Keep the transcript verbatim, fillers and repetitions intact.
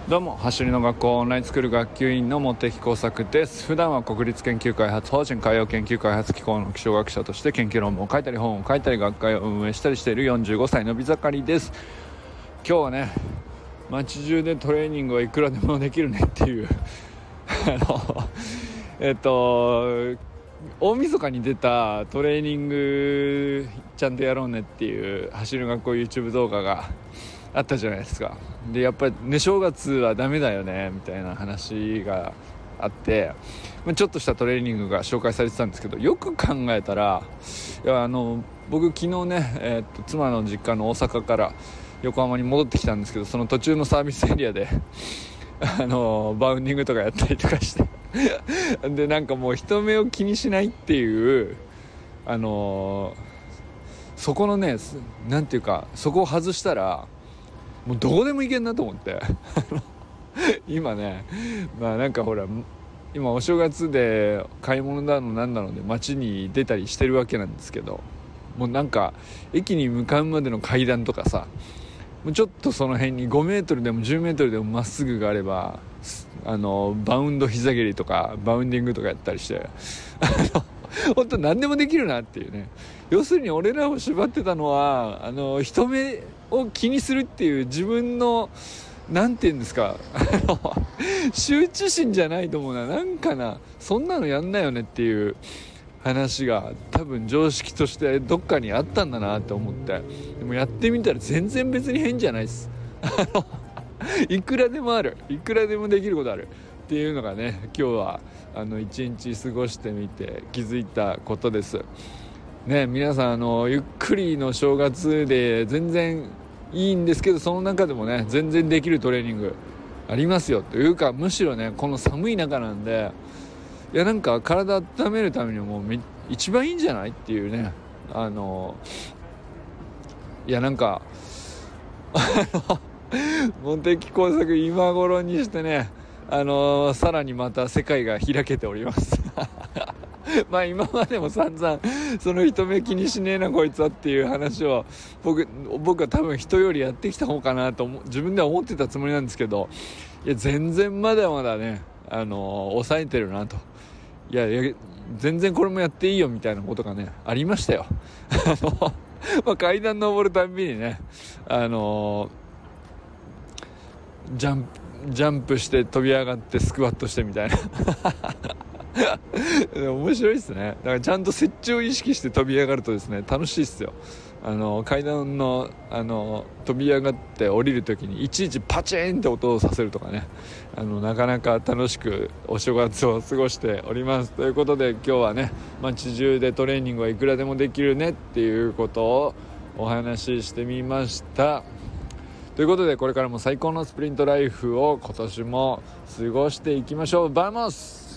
どうも、走りの学校オンラインスクール学級委員の茂木耕作です。普段は国立研究開発法人海洋研究開発機構の気象学者として研究論文を書いたり本を書いたり学会を運営したりしているよんじゅうごさいのび盛りです。今日はね、街中でトレーニングはいくらでもできるねっていうあのえっと大晦日に出たトレーニングちゃんとやろうねっていう走る学校 YouTube 動画があったじゃないですか。でやっぱりね、正月はダメだよねみたいな話があって、ちょっとしたトレーニングが紹介されてたんですけど、よく考えたらいやあの僕昨日ね、えー、っと妻の実家の大阪から横浜に戻ってきたんですけど、その途中のサービスエリアであのバウンディングとかやったりとかしてでなんかもう人目を気にしないっていうあのそこのね、なんていうか、そこを外したらもうどこでも行けんなと思って今ね、まあなんかほら今お正月で買い物だのなんだので街に出たりしてるわけなんですけど、もうなんか駅に向かうまでの階段とかさ、もうちょっとその辺にごメートルでもじゅうメートルでもまっすぐがあれば、あのバウンド膝蹴りとかバウンディングとかやったりして本当何でもできるなっていうね。要するに俺らを縛ってたのはあの人目を気にするっていう自分のなんていうんですか羞恥心じゃないと思うな。なんかな、そんなのやんないよねっていう話が多分常識としてどっかにあったんだなって思って、でもやってみたら全然別に変じゃないですいくらでもある、いくらでもできることあるっていうのがね、今日はあの一日過ごしてみて気づいたことですね。皆さんあのゆっくりの正月で全然いいんですけど、その中でもね全然できるトレーニングありますよというか、むしろねこの寒い中なんで、いやなんか体温めるためにもう一番いいんじゃないっていうね、あのいやなんか茂木耕作今頃にしてね、あのさらにまた世界が開けておりますまあ今までも散々その人目気にしねえなこいつはっていう話を僕僕は多分人よりやってきた方かなと自分では思ってたつもりなんですけど、いや全然まだまだね、あの抑えてるなと。いやいや全然これもやっていいよみたいなことがねありましたよあの、まあ、階段登るたんびにね、あのジャンプジャンプして飛び上がってスクワットしてみたいな面白いですね。だからちゃんと設置を意識して飛び上がるとですね楽しいですよ。あの階段のあの飛び上がって降りるときにいちいちパチンって音をさせるとかね、あのなかなか楽しくお正月を過ごしておりますということで、今日はね街中でトレーニングはいくらでもできるねっていうことをお話ししてみましたということで、これからも最高のスプリントライフを今年も過ごしていきましょう。バモス。